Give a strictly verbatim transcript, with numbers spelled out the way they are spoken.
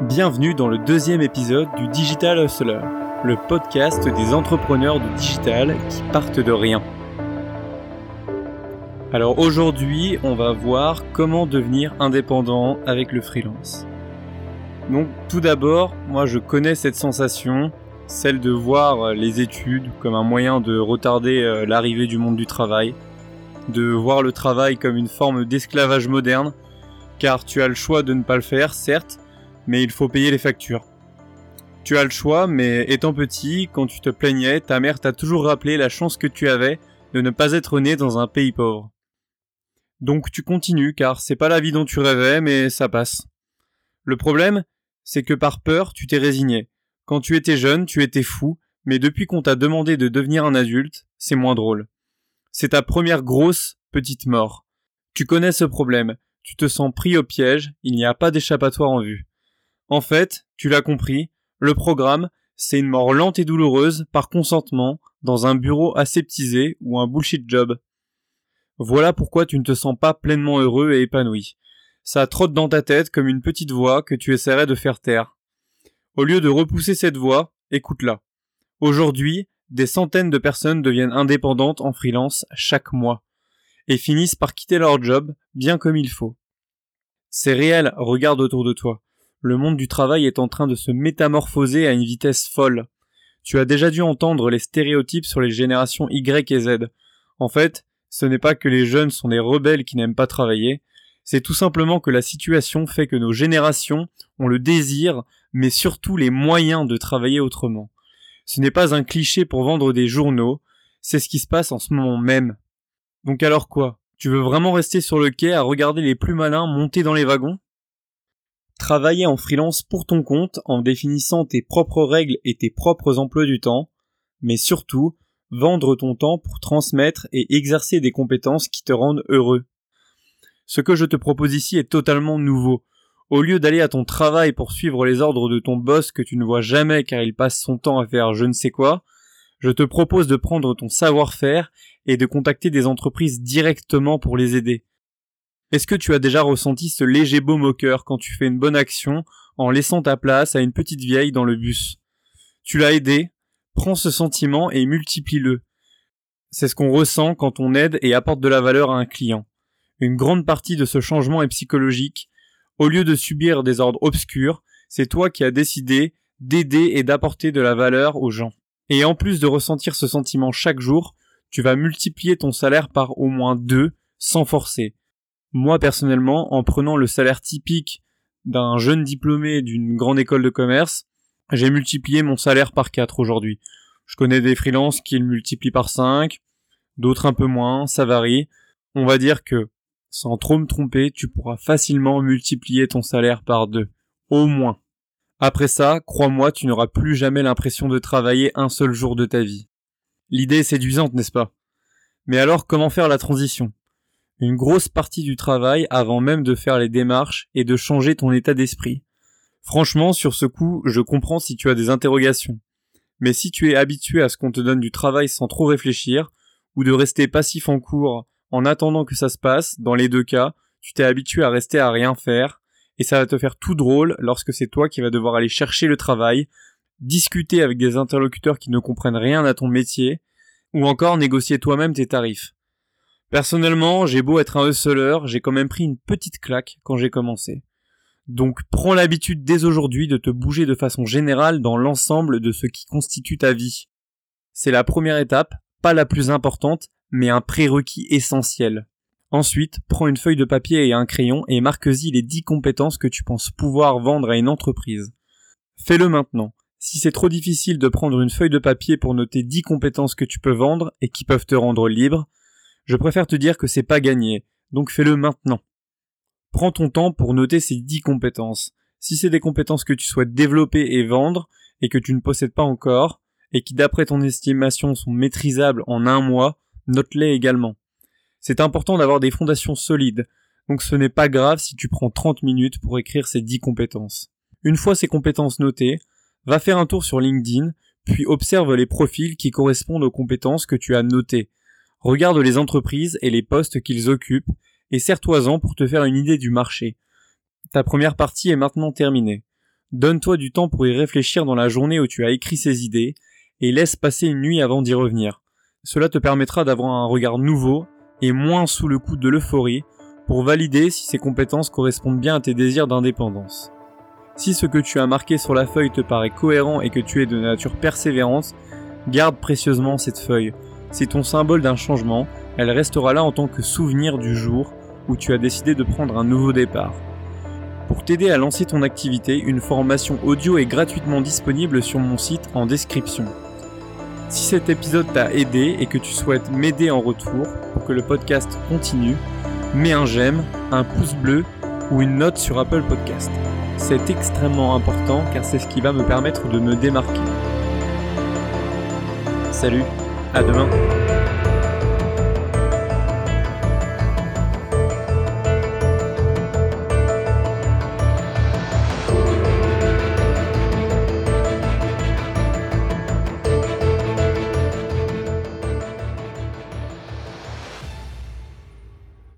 Bienvenue dans le deuxième épisode du Digital Hustler, le podcast des entrepreneurs du digital qui partent de rien. Alors aujourd'hui, on va voir comment devenir indépendant avec le freelance. Donc tout d'abord, moi je connais cette sensation, celle de voir les études comme un moyen de retarder l'arrivée du monde du travail, de voir le travail comme une forme d'esclavage moderne, car tu as le choix de ne pas le faire, certes, mais il faut payer les factures. Tu as le choix, mais étant petit, quand tu te plaignais, ta mère t'a toujours rappelé la chance que tu avais de ne pas être né dans un pays pauvre. Donc tu continues, car c'est pas la vie dont tu rêvais, mais ça passe. Le problème, c'est que par peur, tu t'es résigné. Quand tu étais jeune, tu étais fou, mais depuis qu'on t'a demandé de devenir un adulte, c'est moins drôle. C'est ta première grosse petite mort. Tu connais ce problème, tu te sens pris au piège, il n'y a pas d'échappatoire en vue. En fait, tu l'as compris, le programme, c'est une mort lente et douloureuse par consentement dans un bureau aseptisé ou un bullshit job. Voilà pourquoi tu ne te sens pas pleinement heureux et épanoui. Ça trotte dans ta tête comme une petite voix que tu essaierais de faire taire. Au lieu de repousser cette voix, écoute-la. Aujourd'hui, des centaines de personnes deviennent indépendantes en freelance chaque mois et finissent par quitter leur job bien comme il faut. C'est réel, regarde autour de toi. Le monde du travail est en train de se métamorphoser à une vitesse folle. Tu as déjà dû entendre les stéréotypes sur les générations Y et Z. En fait, ce n'est pas que les jeunes sont des rebelles qui n'aiment pas travailler, c'est tout simplement que la situation fait que nos générations ont le désir, mais surtout les moyens de travailler autrement. Ce n'est pas un cliché pour vendre des journaux, c'est ce qui se passe en ce moment même. Donc alors quoi ? Tu veux vraiment rester sur le quai à regarder les plus malins monter dans les wagons ? Travailler en freelance pour ton compte en définissant tes propres règles et tes propres emplois du temps, mais surtout, vendre ton temps pour transmettre et exercer des compétences qui te rendent heureux. Ce que je te propose ici est totalement nouveau. Au lieu d'aller à ton travail pour suivre les ordres de ton boss que tu ne vois jamais car il passe son temps à faire je ne sais quoi, je te propose de prendre ton savoir-faire et de contacter des entreprises directement pour les aider. Est-ce que tu as déjà ressenti ce léger baume au cœur quand tu fais une bonne action en laissant ta place à une petite vieille dans le bus ? Tu l'as aidée, prends ce sentiment et multiplie-le. C'est ce qu'on ressent quand on aide et apporte de la valeur à un client. Une grande partie de ce changement est psychologique. Au lieu de subir des ordres obscurs, c'est toi qui as décidé d'aider et d'apporter de la valeur aux gens. Et en plus de ressentir ce sentiment chaque jour, tu vas multiplier ton salaire par au moins deux sans forcer. Moi, personnellement, en prenant le salaire typique d'un jeune diplômé d'une grande école de commerce, j'ai multiplié mon salaire par quatre aujourd'hui. Je connais des freelances qui le multiplient par cinq, d'autres un peu moins, ça varie. On va dire que, sans trop me tromper, tu pourras facilement multiplier ton salaire par deux. Au moins. Après ça, crois-moi, tu n'auras plus jamais l'impression de travailler un seul jour de ta vie. L'idée est séduisante, n'est-ce pas ? Mais alors, comment faire la transition ? Une grosse partie du travail avant même de faire les démarches est de changer ton état d'esprit. Franchement, sur ce coup, je comprends si tu as des interrogations. Mais si tu es habitué à ce qu'on te donne du travail sans trop réfléchir, ou de rester passif en cours en attendant que ça se passe, dans les deux cas, tu t'es habitué à rester à rien faire, et ça va te faire tout drôle lorsque c'est toi qui vas devoir aller chercher le travail, discuter avec des interlocuteurs qui ne comprennent rien à ton métier, ou encore négocier toi-même tes tarifs. Personnellement, j'ai beau être un hustler, j'ai quand même pris une petite claque quand j'ai commencé. Donc prends l'habitude dès aujourd'hui de te bouger de façon générale dans l'ensemble de ce qui constitue ta vie. C'est la première étape, pas la plus importante, mais un prérequis essentiel. Ensuite, prends une feuille de papier et un crayon et marque-y les dix compétences que tu penses pouvoir vendre à une entreprise. Fais-le maintenant. Si c'est trop difficile de prendre une feuille de papier pour noter dix compétences que tu peux vendre et qui peuvent te rendre libre, je préfère te dire que c'est pas gagné, donc fais-le maintenant. Prends ton temps pour noter ces dix compétences. Si c'est des compétences que tu souhaites développer et vendre, et que tu ne possèdes pas encore, et qui d'après ton estimation sont maîtrisables en un mois, note-les également. C'est important d'avoir des fondations solides, donc ce n'est pas grave si tu prends trente minutes pour écrire ces dix compétences. Une fois ces compétences notées, va faire un tour sur LinkedIn, puis observe les profils qui correspondent aux compétences que tu as notées. Regarde les entreprises et les postes qu'ils occupent et serre-toi-en pour te faire une idée du marché. Ta première partie est maintenant terminée. Donne-toi du temps pour y réfléchir dans la journée où tu as écrit ces idées et laisse passer une nuit avant d'y revenir. Cela te permettra d'avoir un regard nouveau et moins sous le coup de l'euphorie pour valider si ces compétences correspondent bien à tes désirs d'indépendance. Si ce que tu as marqué sur la feuille te paraît cohérent et que tu es de nature persévérante, garde précieusement cette feuille. C'est ton symbole d'un changement, elle restera là en tant que souvenir du jour où tu as décidé de prendre un nouveau départ. Pour t'aider à lancer ton activité, une formation audio est gratuitement disponible sur mon site en description. Si cet épisode t'a aidé et que tu souhaites m'aider en retour pour que le podcast continue, mets un j'aime, un pouce bleu ou une note sur Apple Podcast. C'est extrêmement important car c'est ce qui va me permettre de me démarquer. Salut, à demain.